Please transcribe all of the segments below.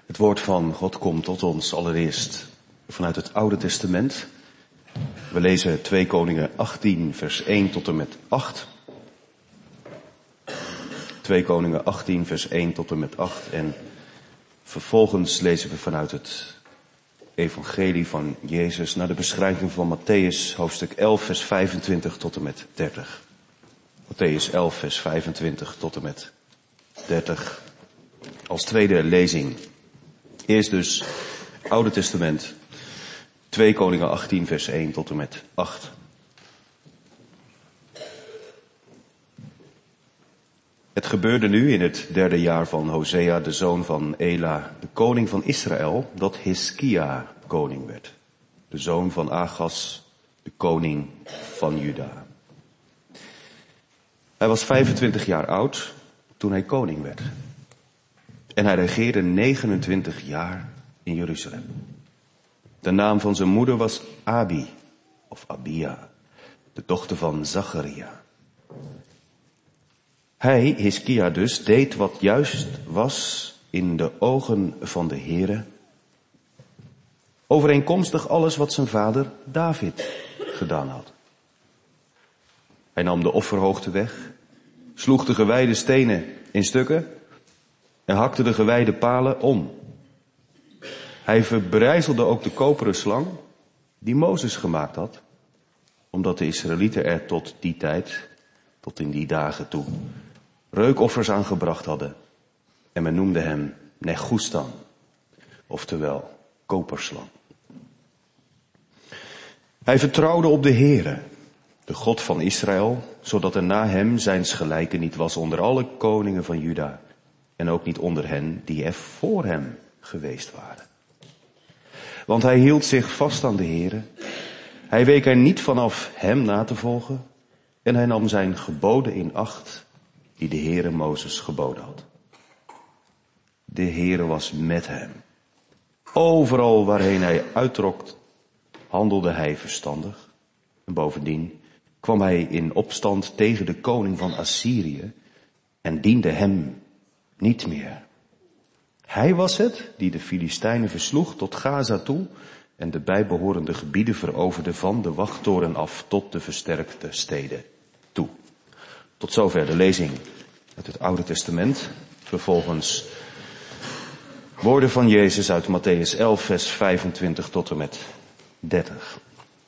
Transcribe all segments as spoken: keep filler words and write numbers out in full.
Het woord van God komt tot ons allereerst vanuit het Oude Testament. We lezen twee Koningen achttien vers één tot en met acht. twee Koningen achttien vers één tot en met acht. En vervolgens lezen we vanuit het Evangelie van Jezus naar de beschrijving van Matthäus hoofdstuk elf vers vijfentwintig tot en met dertig. Matthäus elf vers vijfentwintig tot en met dertig. Als tweede lezing. Eerst dus Oude Testament. twee Koningen achttien vers één tot en met acht. Het gebeurde nu in het derde jaar van Hosea, de zoon van Ela, de koning van Israël, dat Hiskia koning werd. De zoon van Agas, de koning van Juda. Hij was vijfentwintig jaar oud toen hij koning werd. En hij regeerde negenentwintig jaar in Jeruzalem. De naam van zijn moeder was Abi, of Abia, de dochter van Zacharia. Hij, Hiskia dus, deed wat juist was in de ogen van de Heere, overeenkomstig alles wat zijn vader David gedaan had. Hij nam de offerhoogte weg, sloeg de gewijde stenen in stukken en hakte de gewijde palen om. Hij verbrijzelde ook de koperen slang die Mozes gemaakt had, omdat de Israëlieten er tot die tijd, tot in die dagen toe, reukoffers aangebracht hadden. En men noemde hem Negoestan, oftewel koperslang. Hij vertrouwde op de Heere, de God van Israël, zodat er na hem zijns gelijke niet was onder alle koningen van Juda en ook niet onder hen die er voor hem geweest waren. Want hij hield zich vast aan de Heere. Hij week er niet vanaf hem na te volgen en hij nam zijn geboden in acht die de Heere Mozes geboden had. De Heere was met hem. Overal waarheen hij uittrok, handelde hij verstandig. En bovendien kwam hij in opstand tegen de koning van Assyrië en diende hem niet meer. Hij was het die de Filistijnen versloeg tot Gaza toe en de bijbehorende gebieden veroverde van de wachttoren af tot de versterkte steden toe. Tot zover de lezing uit het Oude Testament. Vervolgens woorden van Jezus uit Matthäus elf vers vijfentwintig tot en met dertig.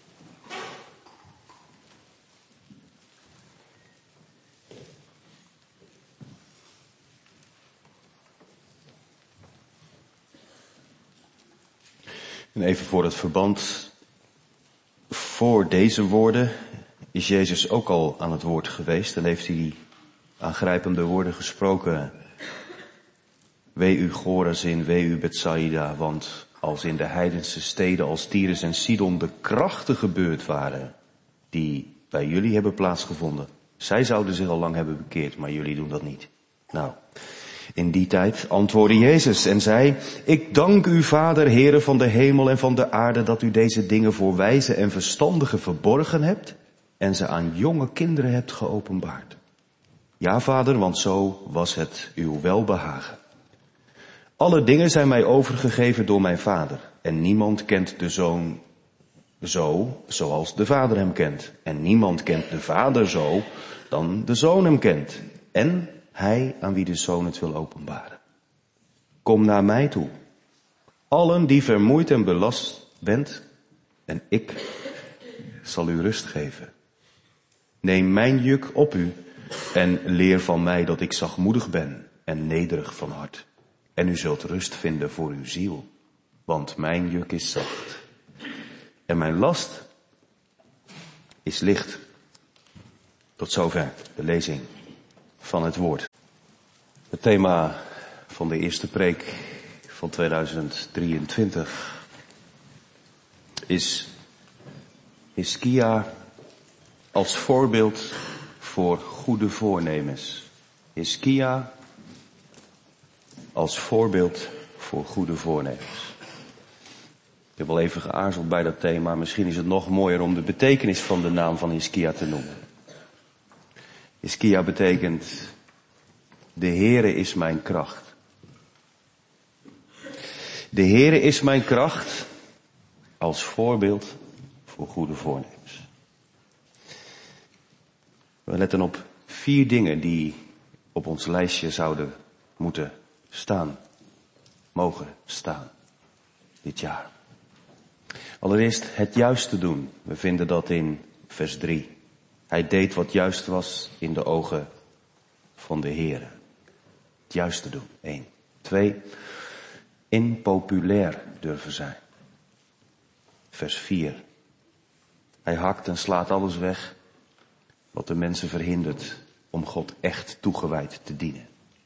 En even voor het verband, voor deze woorden is Jezus ook al aan het woord geweest en heeft hij die aangrijpende woorden gesproken. Wee u Chorazin, wee u Betsaida, want als in de heidense steden als Tyrus en Sidon de krachten gebeurd waren die bij jullie hebben plaatsgevonden. Zij zouden zich al lang hebben bekeerd, maar jullie doen dat niet. Nou, in die tijd antwoordde Jezus en zei, ik dank u, Vader, Heere van de hemel en van de aarde, dat u deze dingen voor wijze en verstandigen verborgen hebt en ze aan jonge kinderen hebt geopenbaard. Ja, Vader, want zo was het uw welbehagen. Alle dingen zijn mij overgegeven door mijn Vader en niemand kent de Zoon zo zoals de Vader hem kent. En niemand kent de Vader zo dan de Zoon hem kent. En hij aan wie de Zoon het wil openbaren. Kom naar mij toe, allen die vermoeid en belast bent, en ik zal u rust geven. Neem mijn juk op u en leer van mij dat ik zachtmoedig ben en nederig van hart. En u zult rust vinden voor uw ziel, want mijn juk is zacht en mijn last is licht. Tot zover de lezing van het woord. Het thema van de eerste preek van tweeduizend drieëntwintig is Hiskia als voorbeeld voor goede voornemens. Hiskia als voorbeeld voor goede voornemens. Ik heb wel even geaarzeld bij dat thema. Misschien is het nog mooier om de betekenis van de naam van Hiskia te noemen. Hiskia betekent, de Heere is mijn kracht. De Heere is mijn kracht als voorbeeld voor goede voornemens. We letten op vier dingen die op ons lijstje zouden moeten staan, mogen staan, dit jaar. Allereerst het juiste doen. We vinden dat in vers drie. Hij deed wat juist was in de ogen van de Heere. Het juiste doen. Eén. Twee. Impopulair durven zijn. Vers vier. Hij hakt en slaat alles weg wat de mensen verhindert om God echt toegewijd te dienen.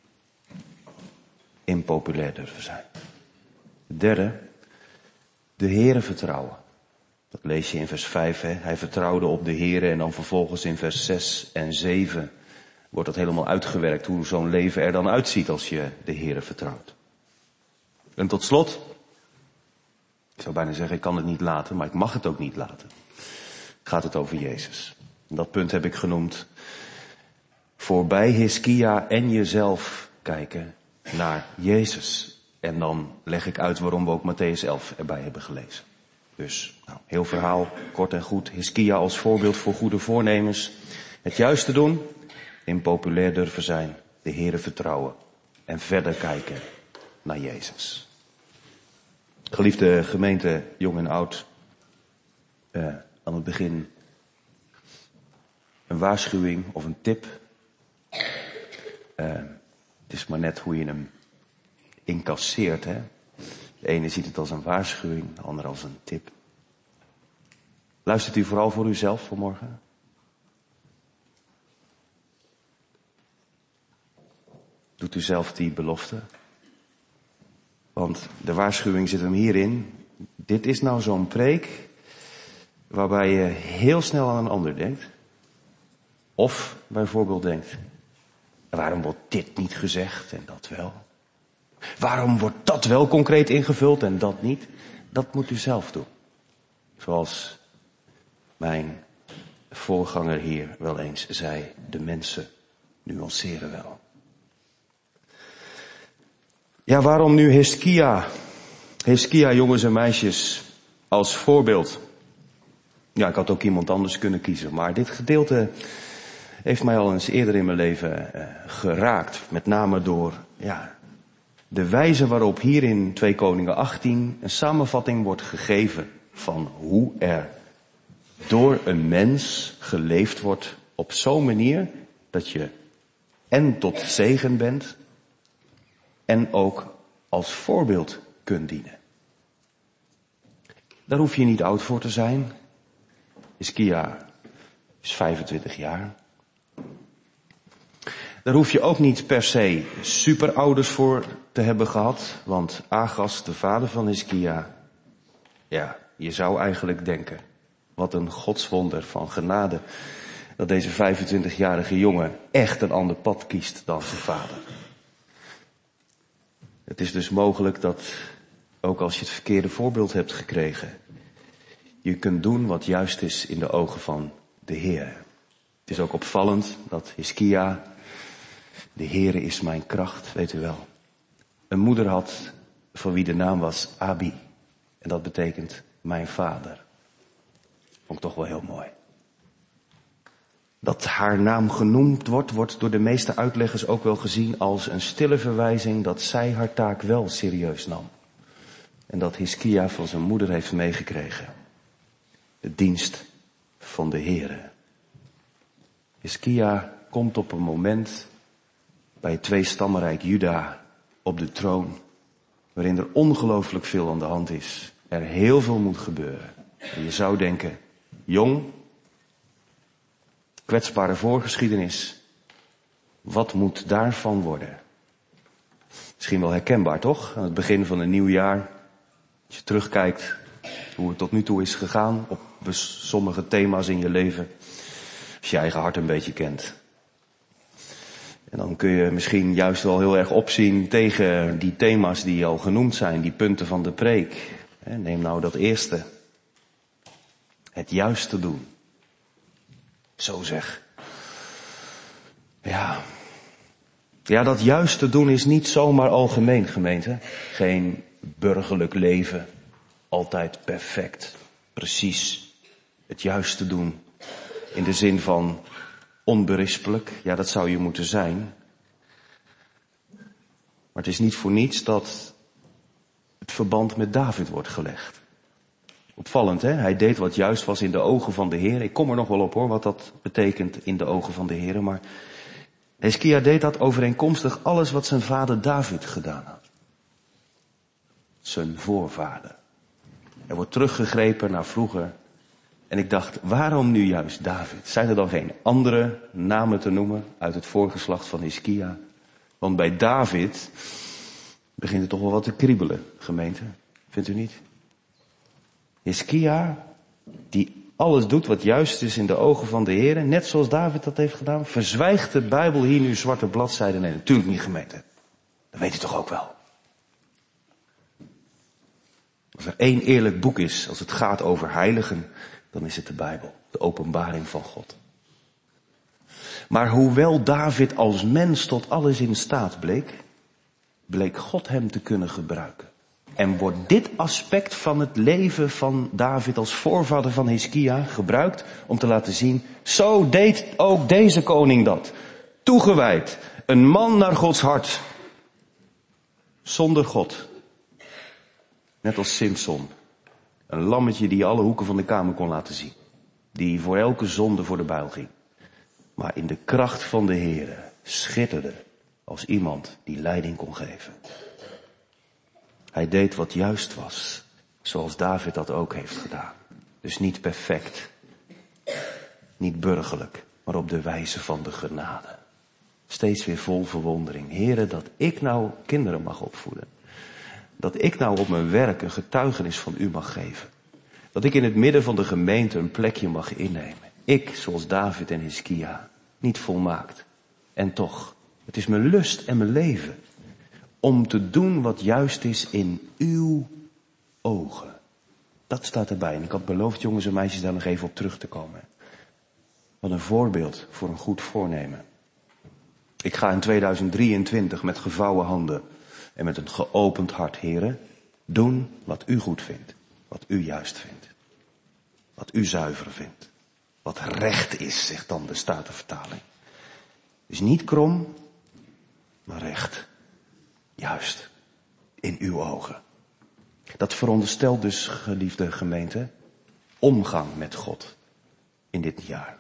Impopulair durven zijn. Het derde. De Heere vertrouwen. Dat lees je in vers vijf. Hè? Hij vertrouwde op de Heere en dan vervolgens in vers zes en zeven wordt dat helemaal uitgewerkt hoe zo'n leven er dan uitziet als je de Heere vertrouwt. En tot slot, ik zou bijna zeggen ik kan het niet laten, maar ik mag het ook niet laten. Gaat het over Jezus. En dat punt heb ik genoemd. Voorbij Hiskia en jezelf kijken naar Jezus. En dan leg ik uit waarom we ook Mattheüs elf erbij hebben gelezen. Dus, nou, heel verhaal, kort en goed. Hiskia als voorbeeld voor goede voornemens. Het juiste doen, impopulair durven zijn, de Heere vertrouwen. En verder kijken naar Jezus. Geliefde gemeente, jong en oud. Uh, aan het begin een waarschuwing of een tip. Uh, het is maar net hoe je hem incasseert, hè. De ene ziet het als een waarschuwing, de andere als een tip. Luistert u vooral voor uzelf vanmorgen? Doet u zelf die belofte? Want de waarschuwing zit hem hierin. Dit is nou zo'n preek waarbij je heel snel aan een ander denkt. Of bijvoorbeeld denkt, waarom wordt dit niet gezegd en dat wel? Waarom wordt dat wel concreet ingevuld en dat niet? Dat moet u zelf doen. Zoals mijn voorganger hier wel eens zei, de mensen nuanceren wel. Ja, waarom nu Hiskia? Hiskia, jongens en meisjes, als voorbeeld. Ja, ik had ook iemand anders kunnen kiezen, maar dit gedeelte heeft mij al eens eerder in mijn leven uh, geraakt. Met name door, ja, de wijze waarop hier in twee Koningen achttien een samenvatting wordt gegeven van hoe er door een mens geleefd wordt op zo'n manier dat je en tot zegen bent en ook als voorbeeld kunt dienen. Daar hoef je niet oud voor te zijn. Hiskia is vijfentwintig jaar. Daar hoef je ook niet per se superouders voor te hebben gehad, want Agas, de vader van Hiskia, ja, je zou eigenlijk denken, wat een godswonder van genade, dat deze vijfentwintigjarige jongen echt een ander pad kiest dan zijn vader. Het is dus mogelijk dat, ook als je het verkeerde voorbeeld hebt gekregen, je kunt doen wat juist is in de ogen van de Heer. Het is ook opvallend dat Hiskia, de Heere is mijn kracht, weet u wel, een moeder had voor wie de naam was Abi. En dat betekent mijn vader. Vond ik toch wel heel mooi. Dat haar naam genoemd wordt, wordt door de meeste uitleggers ook wel gezien als een stille verwijzing dat zij haar taak wel serieus nam. En dat Hiskia van zijn moeder heeft meegekregen. De dienst van de Heere. Hiskia komt op een moment bij het tweestammenrijk Juda op de troon, waarin er ongelooflijk veel aan de hand is. Er heel veel moet gebeuren. En je zou denken, jong, kwetsbare voorgeschiedenis, wat moet daarvan worden? Misschien wel herkenbaar, toch? Aan het begin van een nieuw jaar, als je terugkijkt hoe het tot nu toe is gegaan op sommige thema's in je leven, als je eigen hart een beetje kent. En dan kun je misschien juist wel heel erg opzien tegen die thema's die al genoemd zijn, die punten van de preek. Neem nou dat eerste. Het juiste doen. Zo zeg. Ja. Ja, dat juiste doen is niet zomaar algemeen, gemeente. Geen burgerlijk leven, altijd perfect, precies het juiste doen. In de zin van onberispelijk, ja, dat zou je moeten zijn. Maar het is niet voor niets dat het verband met David wordt gelegd. Opvallend, hè? Hij deed wat juist was in de ogen van de Heer. Ik kom er nog wel op hoor, wat dat betekent in de ogen van de Heer. Maar Hiskia deed dat overeenkomstig alles wat zijn vader David gedaan had. Zijn voorvader. Er wordt teruggegrepen naar vroeger. En ik dacht, waarom nu juist David? Zijn er dan geen andere namen te noemen uit het voorgeslacht van Hiskia? Want bij David begint het toch wel wat te kriebelen, gemeente. Vindt u niet? Hiskia, die alles doet wat juist is in de ogen van de Heer, net zoals David dat heeft gedaan, verzwijgt de Bijbel hier nu zwarte bladzijden? Nee, natuurlijk niet, gemeente. Dat weet u toch ook wel. Als er één eerlijk boek is, als het gaat over heiligen, dan is het de Bijbel, de openbaring van God. Maar hoewel David als mens tot alles in staat bleek, bleek God hem te kunnen gebruiken. En wordt dit aspect van het leven van David als voorvader van Hiskia gebruikt om te laten zien, zo deed ook deze koning dat. Toegewijd, een man naar Gods hart. Zonder God. Net als Simson. Een lammetje die alle hoeken van de kamer kon laten zien. Die voor elke zonde voor de buil ging. Maar in de kracht van de Heere schitterde als iemand die leiding kon geven. Hij deed wat juist was, zoals David dat ook heeft gedaan. Dus niet perfect, niet burgerlijk, maar op de wijze van de genade. Steeds weer vol verwondering. Heere, dat ik nou kinderen mag opvoeden. Dat ik nou op mijn werk een getuigenis van u mag geven. Dat ik in het midden van de gemeente een plekje mag innemen. Ik, zoals David en Hiskia, niet volmaakt. En toch, het is mijn lust en mijn leven om te doen wat juist is in uw ogen. Dat staat erbij. En ik had beloofd, jongens en meisjes, daar nog even op terug te komen. Wat een voorbeeld voor een goed voornemen. Ik ga in tweeduizend drieëntwintig met gevouwen handen en met een geopend hart, heren, doen wat u goed vindt. Wat u juist vindt. Wat u zuiver vindt. Wat recht is, zegt dan de Statenvertaling. Dus niet krom, maar recht. Juist. In uw ogen. Dat veronderstelt dus, geliefde gemeente, omgang met God in dit jaar.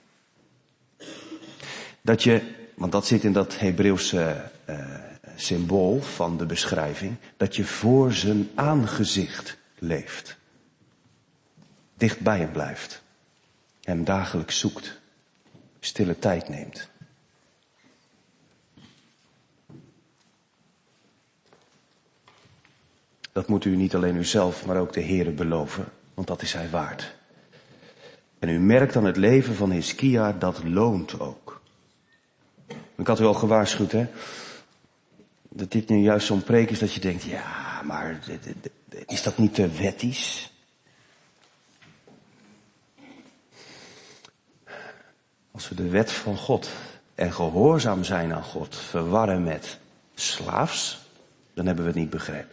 Dat je, want dat zit in dat Hebreeuwse uh, symbool van de beschrijving, dat je voor zijn aangezicht leeft. Dicht bij hem blijft. Hem dagelijks zoekt. Stille tijd neemt. Dat moet u niet alleen uzelf, maar ook de Heere beloven, want dat is hij waard. En u merkt aan het leven van Hiskia, dat loont ook. Ik had u al gewaarschuwd, hè, dat dit nu juist zo'n preek is dat je denkt, ja, maar is dat niet te wettisch? Als we de wet van God en gehoorzaam zijn aan God verwarren met slaafs, dan hebben we het niet begrepen.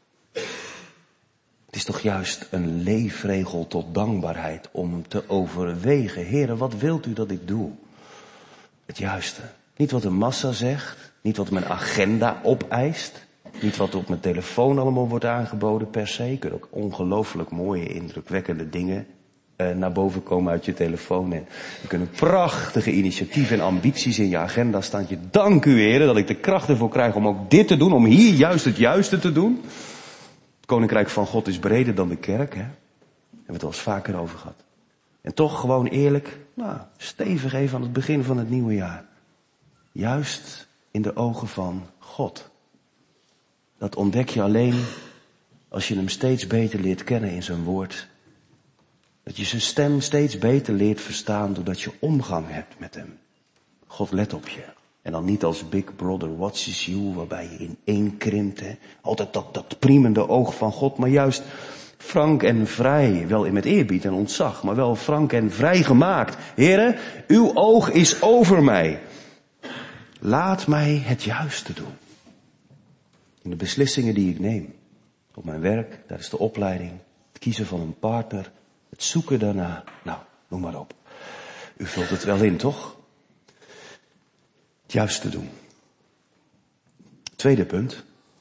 Het is toch juist een leefregel tot dankbaarheid om te overwegen. Heere, wat wilt u dat ik doe? Het juiste. Niet wat de massa zegt. Niet wat mijn agenda opeist. Niet wat op mijn telefoon allemaal wordt aangeboden per se. Je kunt ook ongelooflijk mooie, indrukwekkende dingen uh, naar boven komen uit je telefoon. En er kunnen prachtige initiatieven en ambities in je agenda staan. Je dank u, Heere, dat ik de kracht ervoor krijg om ook dit te doen. Om hier juist het juiste te doen. Het koninkrijk van God is breder dan de kerk, hè. Hebben we het al eens vaker over gehad. En toch gewoon eerlijk, nou, stevig even aan het begin van het nieuwe jaar. Juist in de ogen van God. Dat ontdek je alleen als je hem steeds beter leert kennen in zijn woord. Dat je zijn stem steeds beter leert verstaan doordat je omgang hebt met hem. God let op je. En dan niet als Big Brother watches you, waarbij je in één krimpt. Hè. Altijd dat, dat priemende oog van God, maar juist frank en vrij. Wel met eerbied en ontzag, maar wel frank en vrij gemaakt. Heere, uw oog is over mij. Laat mij het juiste doen. In de beslissingen die ik neem. Op mijn werk, daar is de opleiding. Het kiezen van een partner. Het zoeken daarna. Nou, noem maar op. U vult het wel in, toch? Het juiste doen. Tweede punt.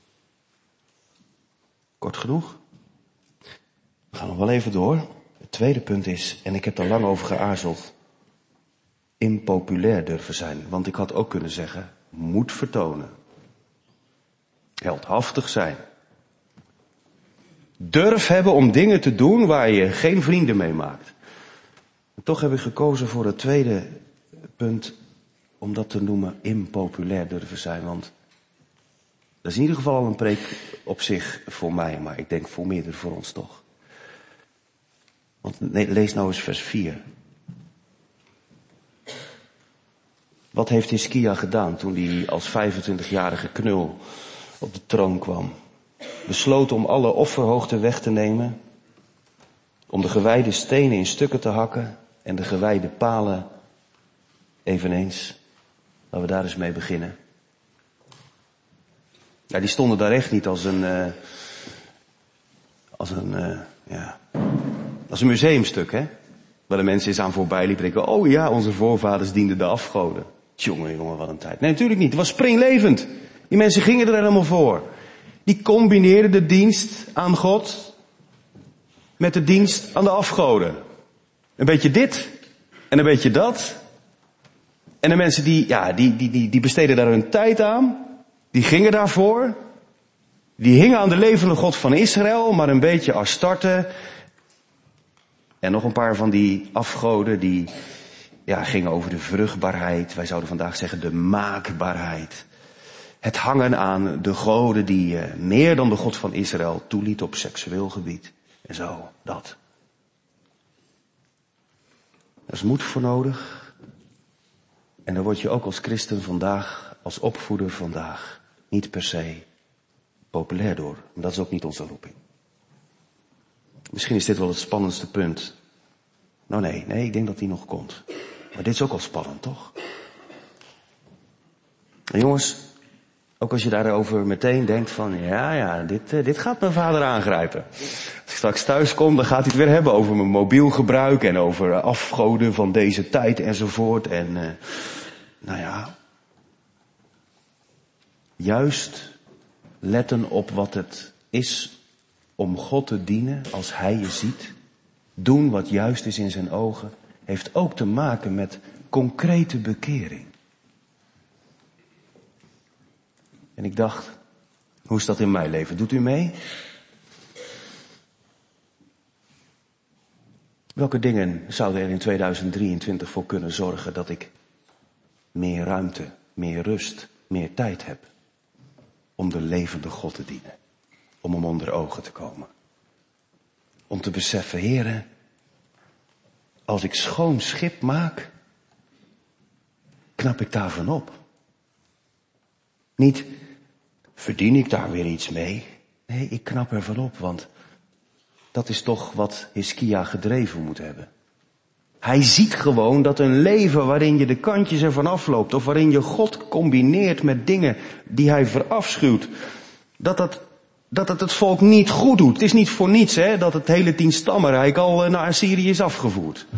Kort genoeg. We gaan nog wel even door. Het tweede punt is, en ik heb daar lang over geaarzeld, impopulair durven zijn. Want ik had ook kunnen zeggen, moed vertonen. Heldhaftig zijn. Durf hebben om dingen te doen waar je geen vrienden mee maakt. En toch heb ik gekozen voor het tweede punt, om dat te noemen impopulair durven zijn. Want dat is in ieder geval al een preek op zich voor mij, maar ik denk voor meerdere voor ons toch. Want lees nou eens vers vier. Wat heeft Hiskia gedaan toen hij als vijfentwintigjarige knul op de troon kwam? Besloot om alle offerhoogten weg te nemen, om de gewijde stenen in stukken te hakken en de gewijde palen eveneens. Laten we daar eens mee beginnen. Ja, die stonden daar echt niet als een, uh, als een, uh, ja, als een museumstuk, hè? Waar de mensen eens aan voorbij liepen en denken, oh ja, onze voorvaders dienden de afgoden. Tjonge, jongen, wat een tijd. Nee, natuurlijk niet. Het was springlevend. Die mensen gingen er helemaal voor. Die combineerden de dienst aan God met de dienst aan de afgoden. Een beetje dit en een beetje dat. En de mensen die, ja, die, die, die, die besteden daar hun tijd aan. Die gingen daarvoor. Die hingen aan de levende God van Israël, maar een beetje Astarte. En nog een paar van die afgoden die, ja, gingen over de vruchtbaarheid. Wij zouden vandaag zeggen de maakbaarheid. Het hangen aan de goden die uh, meer dan de God van Israël toeliet op seksueel gebied. En zo, dat. Er is moed voor nodig. En daar word je ook als christen vandaag, als opvoeder vandaag, niet per se populair door. Maar dat is ook niet onze roeping. Misschien is dit wel het spannendste punt. Nou nee, nee, ik denk dat die nog komt. Maar dit is ook al spannend, toch? En jongens, ook als je daarover meteen denkt van, ja, ja, dit, uh, dit gaat mijn vader aangrijpen. Als ik straks thuis kom, dan gaat hij het weer hebben over mijn mobiel gebruik en over uh, afgoden van deze tijd enzovoort. En, uh, nou ja, juist letten op wat het is om God te dienen als Hij je ziet. Doen wat juist is in zijn ogen, heeft ook te maken met concrete bekering. En ik dacht, hoe is dat in mijn leven? Doet u mee? Welke dingen zouden er in tweeduizend drieëntwintig voor kunnen zorgen dat ik meer ruimte, meer rust, meer tijd heb om de levende God te dienen? Om hem onder ogen te komen. Om te beseffen, Heere, als ik schoon schip maak, knap ik daarvan op. Niet, verdien ik daar weer iets mee? Nee, ik knap ervan op, want dat is toch wat Hiskia gedreven moet hebben. Hij ziet gewoon dat een leven waarin je de kantjes ervan afloopt, of waarin je God combineert met dingen die hij verafschuwt, dat dat, dat het het volk niet goed doet. Het is niet voor niets, hè, dat het hele tienstammenrijk al naar Assyrië is afgevoerd.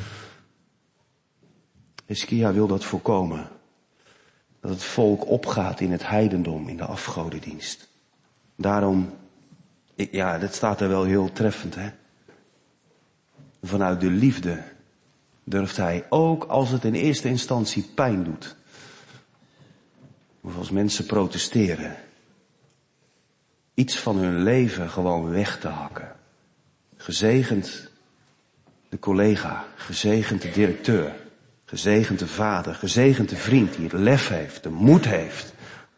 Hiskia wil dat voorkomen. Dat het volk opgaat in het heidendom, in de afgodendienst. Daarom, ja, dat staat er wel heel treffend, hè. Vanuit de liefde durft hij, ook als het in eerste instantie pijn doet, of als mensen protesteren, iets van hun leven gewoon weg te hakken. Gezegend de collega, gezegend de directeur, gezegend de vader, gezegend de vriend die het lef heeft, de moed heeft.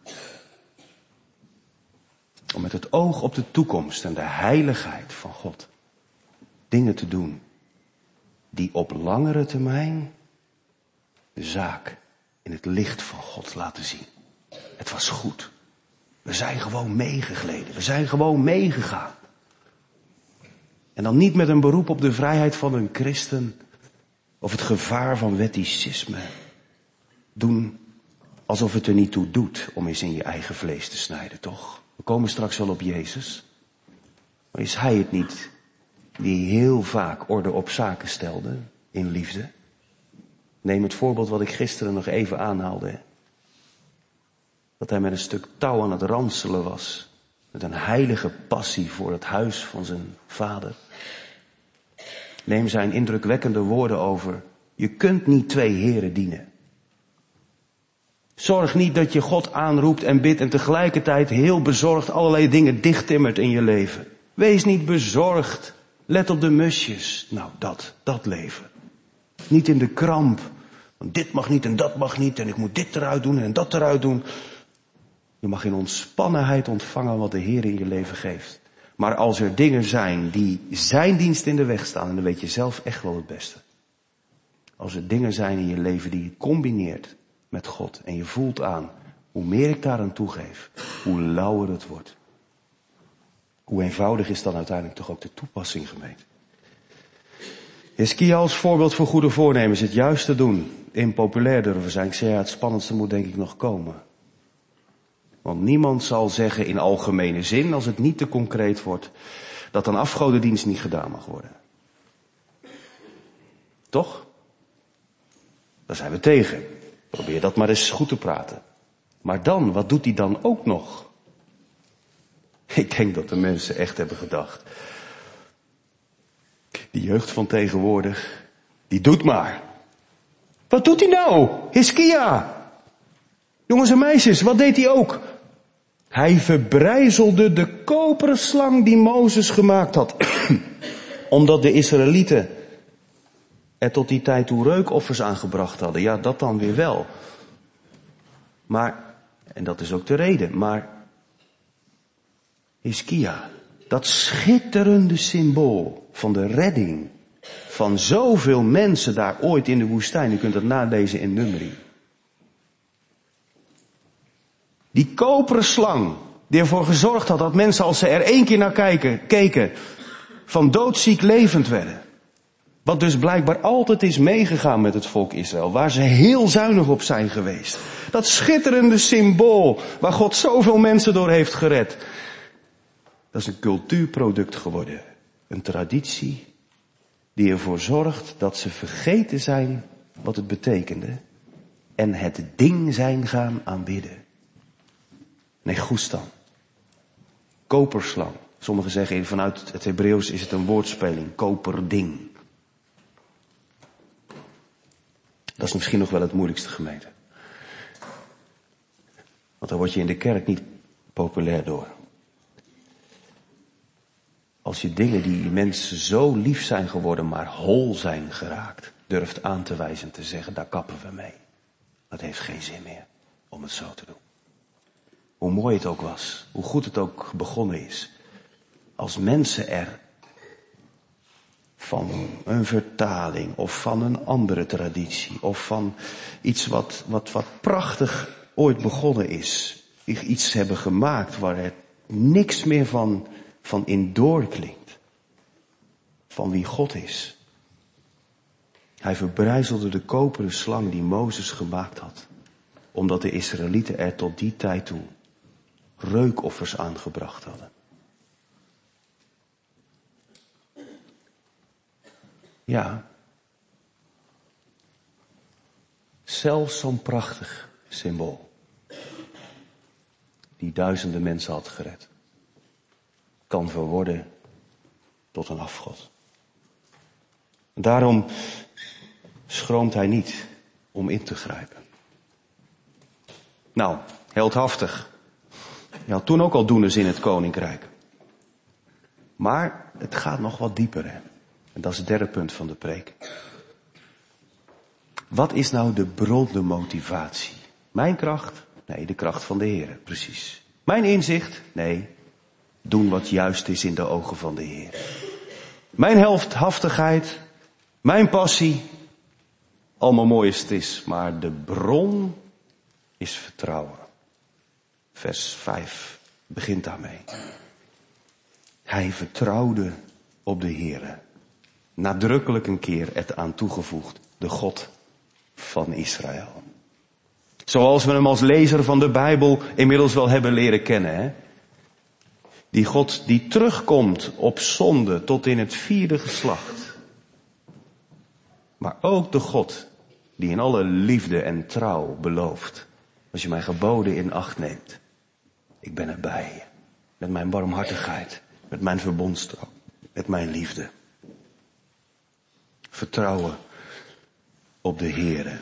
Om met het oog op de toekomst en de heiligheid van God dingen te doen die op langere termijn de zaak in het licht van God laten zien. Het was goed. We zijn gewoon meegegleden. We zijn gewoon meegegaan. En dan niet met een beroep op de vrijheid van een christen of het gevaar van wetticisme. Doen Alsof het er niet toe doet om eens in je eigen vlees te snijden, toch? We komen straks wel op Jezus. Maar is hij het niet die heel vaak orde op zaken stelde in liefde? Neem het voorbeeld wat ik gisteren nog even aanhaalde. Dat hij met een stuk touw aan het ranselen was. Met een heilige passie voor het huis van zijn vader. Neem zijn indrukwekkende woorden over: je kunt niet twee heren dienen. Zorg niet dat je God aanroept en bidt en tegelijkertijd heel bezorgd allerlei dingen dichttimmert in je leven. Wees niet bezorgd. Let op de musjes. Nou, dat, dat leven. Niet in de kramp. Want dit mag niet en dat mag niet en ik moet dit eruit doen en dat eruit doen. Je mag in ontspannenheid ontvangen wat de Heer in je leven geeft. Maar als er dingen zijn die zijn dienst in de weg staan, en dan weet je zelf echt wel het beste. Als er dingen zijn in je leven die je combineert met God en je voelt aan, hoe meer ik daaraan toegeef, hoe lauwer het wordt. Hoe eenvoudig is dan uiteindelijk toch ook de toepassing, gemeente. Hiskia als voorbeeld voor goede voornemens, het juiste doen, impopulair durven zijn. Ik zeg ja, het spannendste moet denk ik nog komen. Want niemand zal zeggen in algemene zin, als het niet te concreet wordt, dat een afgodendienst niet gedaan mag worden. Toch? Daar zijn we tegen. Probeer dat maar eens goed te praten. Maar dan, wat doet hij dan ook nog? Ik denk dat de mensen echt hebben gedacht. Die jeugd van tegenwoordig, die doet maar. Wat doet hij nou? Hiskia. Jongens en meisjes, wat deed hij ook? Hij verbrijzelde de koperen slang die Mozes gemaakt had. Omdat de Israëlieten er tot die tijd toe reukoffers aangebracht hadden. Ja, dat dan weer wel. Maar, en dat is ook de reden, maar Hiskia, dat schitterende symbool van de redding van zoveel mensen daar ooit in de woestijn. U kunt dat nalezen in Numeri. Die koperen slang, die ervoor gezorgd had dat mensen als ze er één keer naar kijken, keken, van doodziek levend werden. Wat dus blijkbaar altijd is meegegaan met het volk Israël, waar ze heel zuinig op zijn geweest. Dat schitterende symbool, waar God zoveel mensen door heeft gered. Dat is een cultuurproduct geworden. Een traditie die ervoor zorgt dat ze vergeten zijn wat het betekende. En het ding zijn gaan aanbidden. Nee, goed dan. Koperslang. Sommigen zeggen vanuit het Hebreeuws is het een woordspeling. Koperding. Dat is misschien nog wel het moeilijkste, gemeente. Want daar word je in de kerk niet populair door. Als je dingen die mensen zo lief zijn geworden, maar hol zijn geraakt, durft aan te wijzen en te zeggen, daar kappen we mee. Dat heeft geen zin meer om het zo te doen. Hoe mooi het ook was, hoe goed het ook begonnen is. Als mensen er van een vertaling of van een andere traditie of van iets wat, wat, wat prachtig ooit begonnen is, iets hebben gemaakt waar er niks meer van, van in doorklinkt. Van wie God is. Hij verbrijzelde de koperen slang die Mozes gemaakt had. Omdat de Israëlieten er tot die tijd toe reukoffers aangebracht hadden. Ja. Zelfs zo'n prachtig symbool. Die duizenden mensen had gered. Kan verworden tot een afgod. En daarom schroomt hij niet om in te grijpen. Nou, heldhaftig. Je had toen ook al doeners in het koninkrijk. Maar het gaat nog wat dieper, hè. En dat is het derde punt van de preek. Wat is nou de bron, de motivatie? Mijn kracht? Nee, de kracht van de Heer, precies. Mijn inzicht? Nee, doen wat juist is in de ogen van de Heer. Mijn heldhaftigheid? Mijn passie? Allemaal mooi als het is, maar de bron is vertrouwen. Vers vijf begint daarmee. Hij vertrouwde op de Heere. Nadrukkelijk een keer het aan toegevoegd. De God van Israël. Zoals we hem als lezer van de Bijbel inmiddels wel hebben leren kennen. Hè? Die God die terugkomt op zonde tot in het vierde geslacht. Maar ook de God die in alle liefde en trouw belooft. Als je mijn geboden in acht neemt. Ik ben erbij je. Met mijn barmhartigheid. Met mijn verbondstrouw. Met mijn liefde. Vertrouwen op de Heere.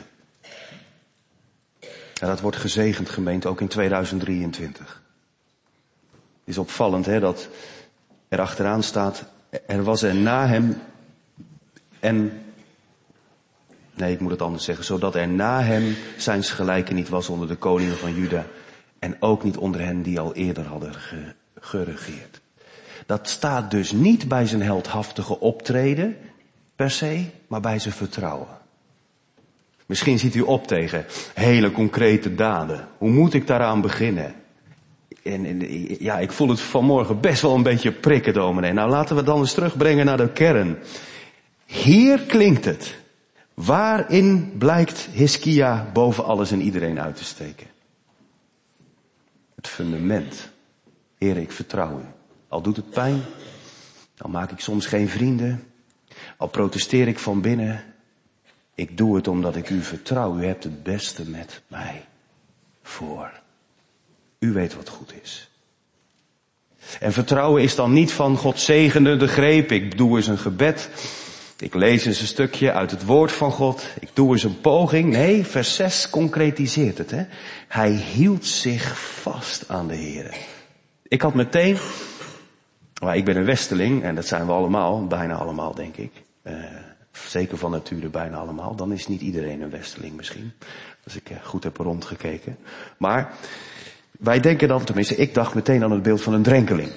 En dat wordt gezegend, gemeente, ook in tweeduizend drieëntwintig. Het is opvallend, hè, dat er achteraan staat, er was er na hem en, nee, ik moet het anders zeggen, zodat er na hem zijns gelijke niet was onder de koningen van Juda en ook niet onder hen die al eerder hadden ge, geregeerd. Dat staat dus niet bij zijn heldhaftige optreden per se, maar bij zijn vertrouwen. Misschien ziet u op tegen hele concrete daden. Hoe moet ik daaraan beginnen? En, en, ja, ik voel het vanmorgen best wel een beetje prikken, dominee. Nou, laten we dan eens terugbrengen naar de kern. Hier klinkt het. Waarin blijkt Hiskia boven alles en iedereen uit te steken? Het fundament. Heer, ik vertrouw u. Al doet het pijn. Al maak ik soms geen vrienden. Al protesteer ik van binnen. Ik doe het omdat ik u vertrouw. U hebt het beste met mij voor. U weet wat goed is. En vertrouwen is dan niet van God zegende de greep. Ik doe eens een gebed. Ik lees eens een stukje uit het woord van God. Ik doe eens een poging. Nee, vers zes concretiseert het. Hè? Hij hield zich vast aan de Heer. Ik had meteen, maar ik ben een Westeling en dat zijn we allemaal, bijna allemaal denk ik. Uh, zeker van nature bijna allemaal. Dan is niet iedereen een Westeling misschien. Als ik goed heb rondgekeken. Maar wij denken dan, tenminste ik dacht meteen aan het beeld van een drenkeling.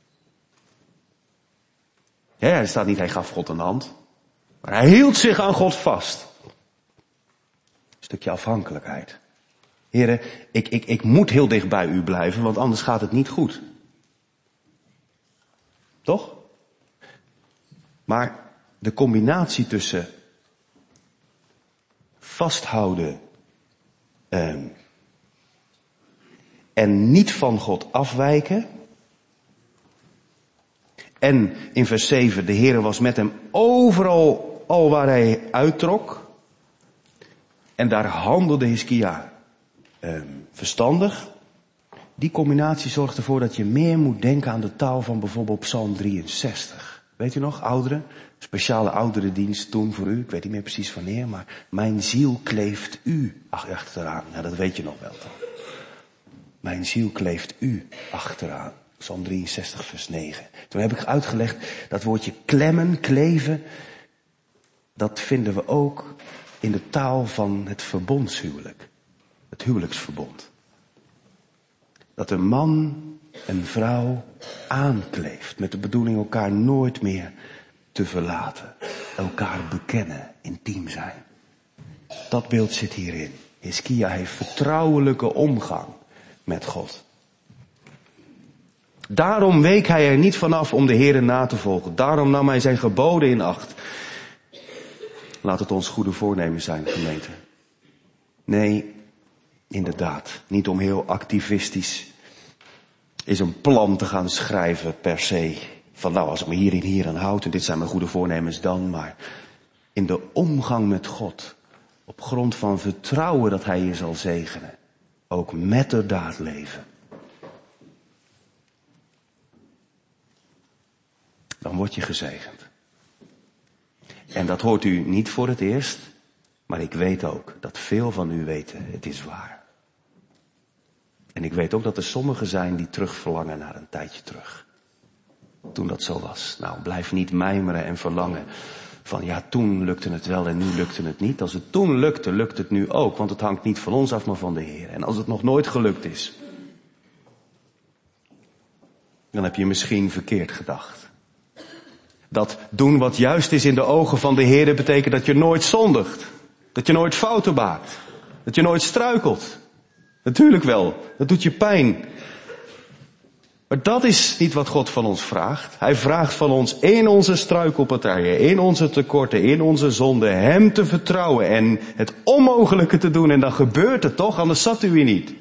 Ja, er staat niet, hij gaf God een hand. Maar hij hield zich aan God vast. Een stukje afhankelijkheid. Heren, ik, ik, ik moet heel dicht bij u blijven, want anders gaat het niet goed. Toch? Maar de combinatie tussen vasthouden eh, en niet van God afwijken. En in vers zeven, de Heere was met hem overal al waar hij uittrok. En daar handelde Hiskia eh, verstandig. Die combinatie zorgt ervoor dat je meer moet denken aan de taal van bijvoorbeeld Psalm drieënzestig. Weet u nog, ouderen? Speciale ouderendienst toen voor u. Ik weet niet meer precies wanneer, maar mijn ziel kleeft u achteraan. Nou, dat weet je nog wel toch? Mijn ziel kleeft u achteraan. Psalm drieënzestig vers negen. Toen heb ik uitgelegd dat woordje klemmen, kleven, dat vinden we ook in de taal van het verbondshuwelijk. Het huwelijksverbond. Dat een man en vrouw aankleeft met de bedoeling elkaar nooit meer te verlaten. Elkaar bekennen, intiem zijn. Dat beeld zit hierin. Hiskia heeft vertrouwelijke omgang met God. Daarom week hij er niet vanaf om de Heere na te volgen. Daarom nam hij zijn geboden in acht. Laat het ons goede voornemen zijn, gemeente. Nee, inderdaad, niet om heel activistisch is een plan te gaan schrijven per se. Van nou, als ik me hierin hier aan houd en dit zijn mijn goede voornemens dan. Maar in de omgang met God. Op grond van vertrouwen dat hij je zal zegenen. Ook met de daad leven. Dan word je gezegend. En dat hoort u niet voor het eerst. Maar ik weet ook dat veel van u weten, het is waar. En ik weet ook dat er sommigen zijn die terugverlangen naar een tijdje terug. Toen dat zo was. Nou, blijf niet mijmeren en verlangen. Van ja, toen lukte het wel en nu lukte het niet. Als het toen lukte, lukt het nu ook. Want het hangt niet van ons af, maar van de Heer. En als het nog nooit gelukt is, dan heb je misschien verkeerd gedacht. Dat doen wat juist is in de ogen van de Heer betekent dat je nooit zondigt. Dat je nooit fouten maakt. Dat je nooit struikelt. Natuurlijk wel, dat doet je pijn. Maar dat is niet wat God van ons vraagt. Hij vraagt van ons in onze struikelpartijen, in onze tekorten, in onze zonden, hem te vertrouwen en het onmogelijke te doen. En dan gebeurt het toch, anders zat u hier niet.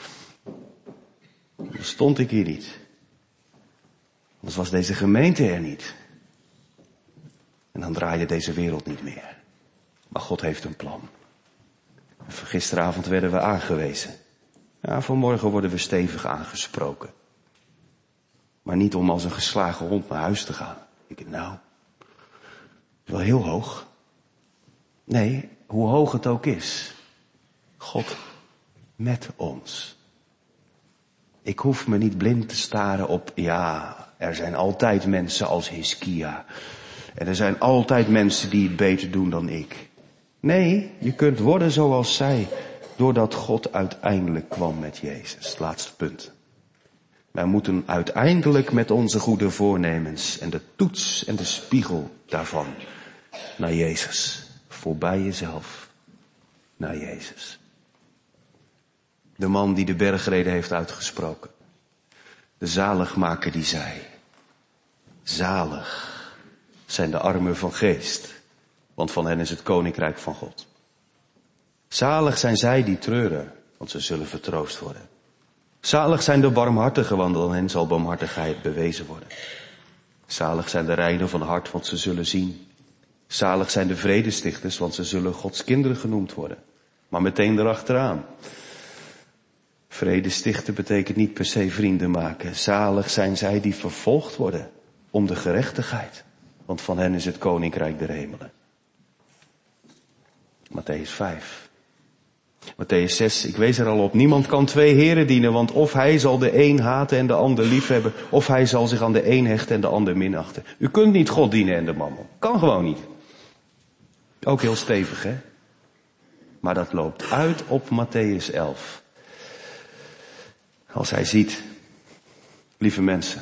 Dan stond ik hier niet. Anders was deze gemeente er niet. En dan draaide deze wereld niet meer. Maar God heeft een plan. En gisteravond werden we aangewezen. Ja, vanmorgen worden we stevig aangesproken. Maar niet om als een geslagen hond naar huis te gaan. Ik denk, nou, wel heel hoog. Nee, hoe hoog het ook is. God met ons. Ik hoef me niet blind te staren op, ja, er zijn altijd mensen als Hiskia. En er zijn altijd mensen die het beter doen dan ik. Nee, je kunt worden zoals zij, doordat God uiteindelijk kwam met Jezus. Het laatste punt. Wij moeten uiteindelijk met onze goede voornemens en de toets en de spiegel daarvan naar Jezus. Voorbij jezelf, naar Jezus. De man die de bergreden heeft uitgesproken. De zaligmaker die zei. Zalig zijn de armen van geest, want van hen is het koninkrijk van God. Zalig zijn zij die treuren, want ze zullen vertroost worden. Zalig zijn de barmhartigen, want aan hen zal barmhartigheid bewezen worden. Zalig zijn de reinen van hart, want ze zullen zien. Zalig zijn de vredestichters, want ze zullen Gods kinderen genoemd worden. Maar meteen erachteraan. Vredestichten betekent niet per se vrienden maken. Zalig zijn zij die vervolgd worden om de gerechtigheid, want van hen is het koninkrijk der hemelen. Matthäus vijf. Matthäus zes, ik wees er al op, niemand kan twee heren dienen, want of hij zal de een haten en de ander liefhebben, of hij zal zich aan de een hechten en de ander minachten. U kunt niet God dienen en de mammon. Kan gewoon niet. Ook heel stevig, hè? Maar dat loopt uit op Matthäus elf. Als hij ziet, lieve mensen,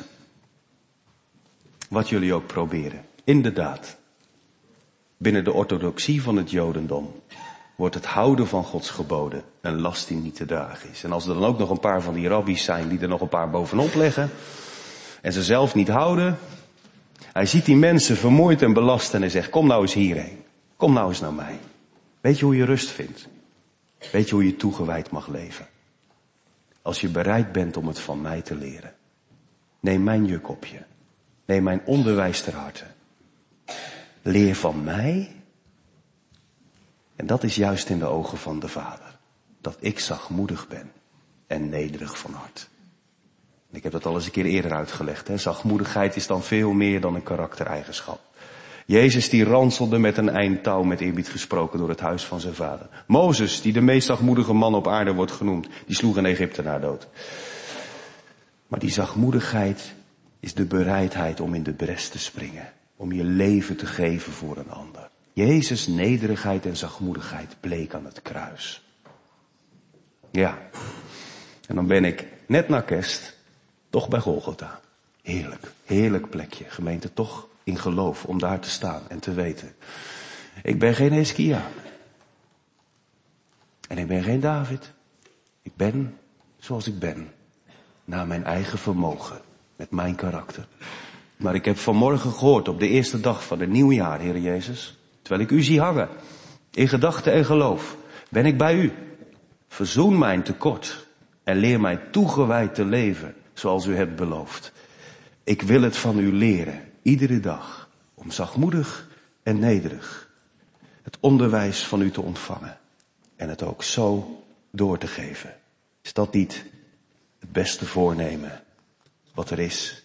wat jullie ook proberen, inderdaad, binnen de orthodoxie van het Jodendom wordt het houden van Gods geboden een last die niet te dragen is. En als er dan ook nog een paar van die rabbies zijn die er nog een paar bovenop leggen en ze zelf niet houden, hij ziet die mensen vermoeid en belast en hij zegt, kom nou eens hierheen. Kom nou eens naar mij. Weet je hoe je rust vindt? Weet je hoe je toegewijd mag leven? Als je bereid bent om het van mij te leren. Neem mijn juk op je. Neem mijn onderwijs ter harte. Leer van mij. En dat is juist in de ogen van de Vader. Dat ik zachtmoedig ben en nederig van hart. Ik heb dat al eens een keer eerder uitgelegd. Hè? Zachtmoedigheid is dan veel meer dan een karaktereigenschap. Jezus die ranselde met een eind touw, met eerbied gesproken, door het huis van zijn vader. Mozes, die de meest zachtmoedige man op aarde wordt genoemd, die sloeg een Egyptenaar dood. Maar die zachtmoedigheid is de bereidheid om in de bres te springen. Om je leven te geven voor een ander. Jezus' nederigheid en zachtmoedigheid bleek aan het kruis. Ja. En dan ben ik net na kerst toch bij Golgotha. Heerlijk, heerlijk plekje. Gemeente, toch in geloof om daar te staan en te weten. Ik ben geen Hiskia. En ik ben geen David. Ik ben zoals ik ben. Naar mijn eigen vermogen. Met mijn karakter. Maar ik heb vanmorgen gehoord op de eerste dag van het nieuwe jaar, Heer Jezus. Terwijl ik u zie hangen. In gedachte en geloof. Ben ik bij u. Verzoen mijn tekort. En leer mij toegewijd te leven. Zoals u hebt beloofd. Ik wil het van u leren. Iedere dag. Om zachtmoedig en nederig. Het onderwijs van u te ontvangen. En het ook zo door te geven. Is dat niet het beste voornemen wat er is?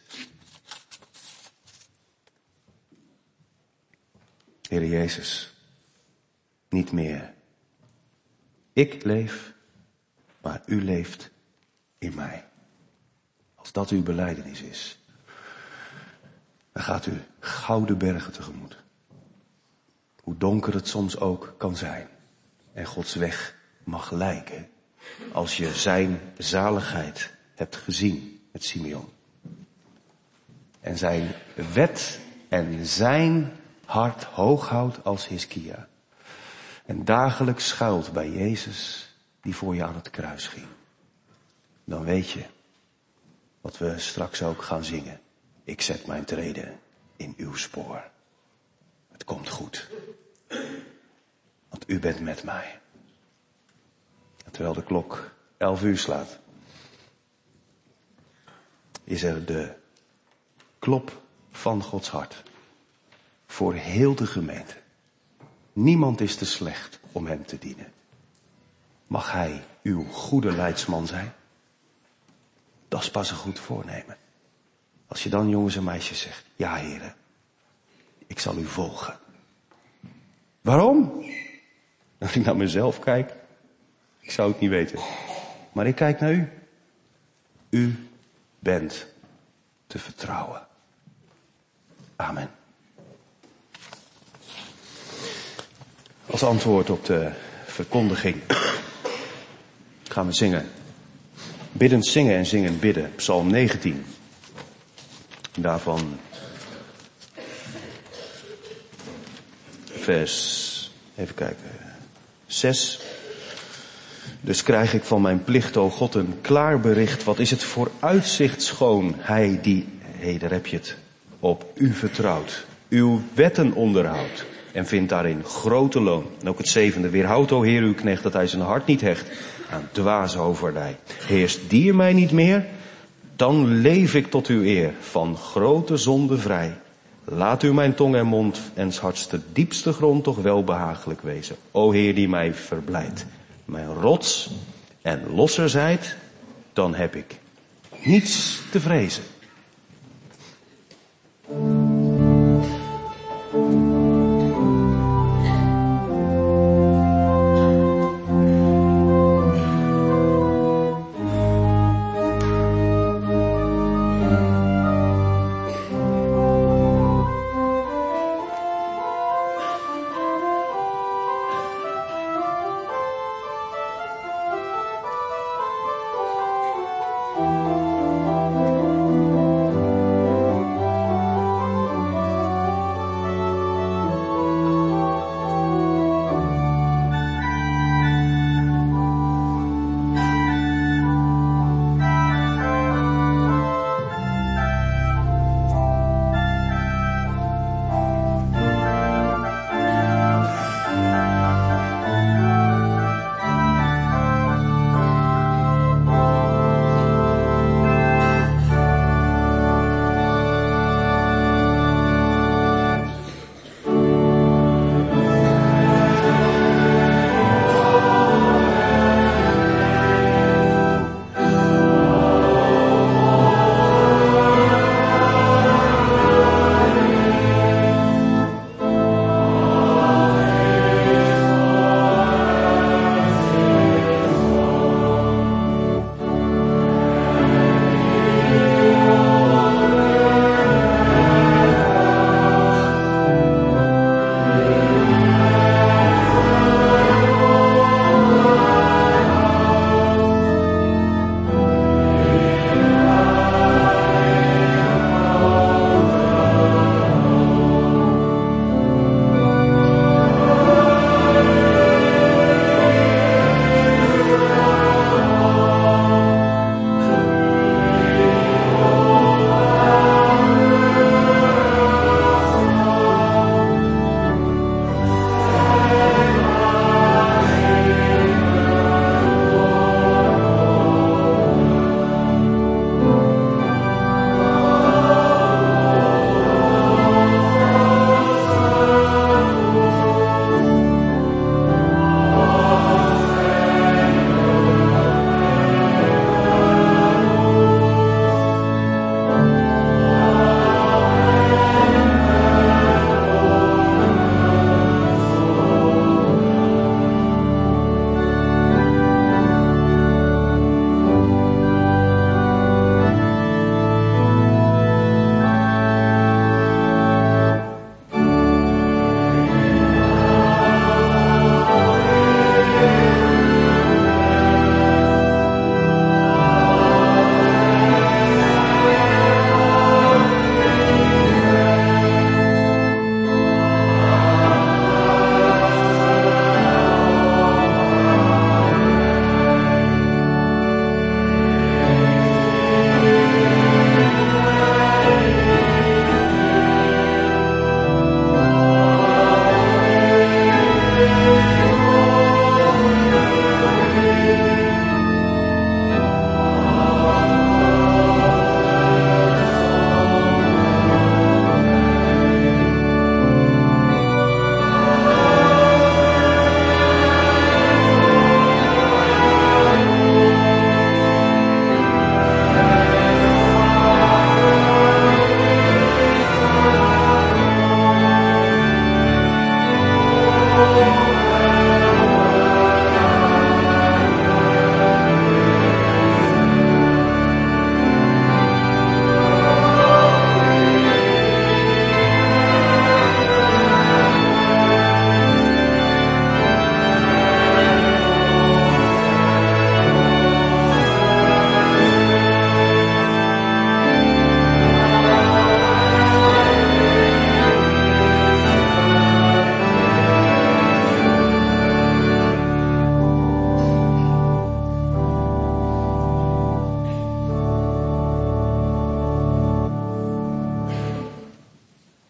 Heer Jezus, niet meer. Ik leef, maar u leeft in mij. Als dat uw belijdenis is, dan gaat u gouden bergen tegemoet. Hoe donker het soms ook kan zijn. En Gods weg mag lijken. Als je zijn zaligheid hebt gezien met Simeon. En zijn wet en zijn hart hoog houdt als Hiskia. En dagelijks schuilt bij Jezus die voor je aan het kruis ging. Dan weet je, Wat we straks ook gaan zingen. Ik zet mijn treden in uw spoor. Het komt goed. Want u bent met mij. Terwijl de klok elf uur slaat, is er de klop van Gods hart. Voor heel de gemeente. Niemand is te slecht om hem te dienen. Mag hij uw goede leidsman zijn? Dat is pas een goed voornemen. Als je dan, jongens en meisjes, zegt, ja heren, ik zal u volgen. Waarom? Als ik naar mezelf kijk, ik zou het niet weten. Maar ik kijk naar u. U bent te vertrouwen. Amen. Als antwoord op de verkondiging gaan we zingen. Biddend zingen en zingen bidden. Psalm negentien. Daarvan vers, even kijken, zes. Dus krijg ik van mijn plicht, o God, een klaar bericht. Wat is het voor uitzicht schoon, hij die, hé, hey, daar heb je het, op u vertrouwt. Uw wetten onderhoudt en vindt daarin grote loon. En ook het zevende, weerhoudt, o Heer, uw knecht, dat hij zijn hart niet hecht aan dwaze hovaardij. Heerst die mij niet meer, dan leef ik tot uw eer, van grote zonde vrij. Laat u mijn tong en mond en 's harts de diepste grond toch wel behagelijk wezen. O Heer, die mij verblijdt, mijn rots en losser zijt, dan heb ik niets te vrezen.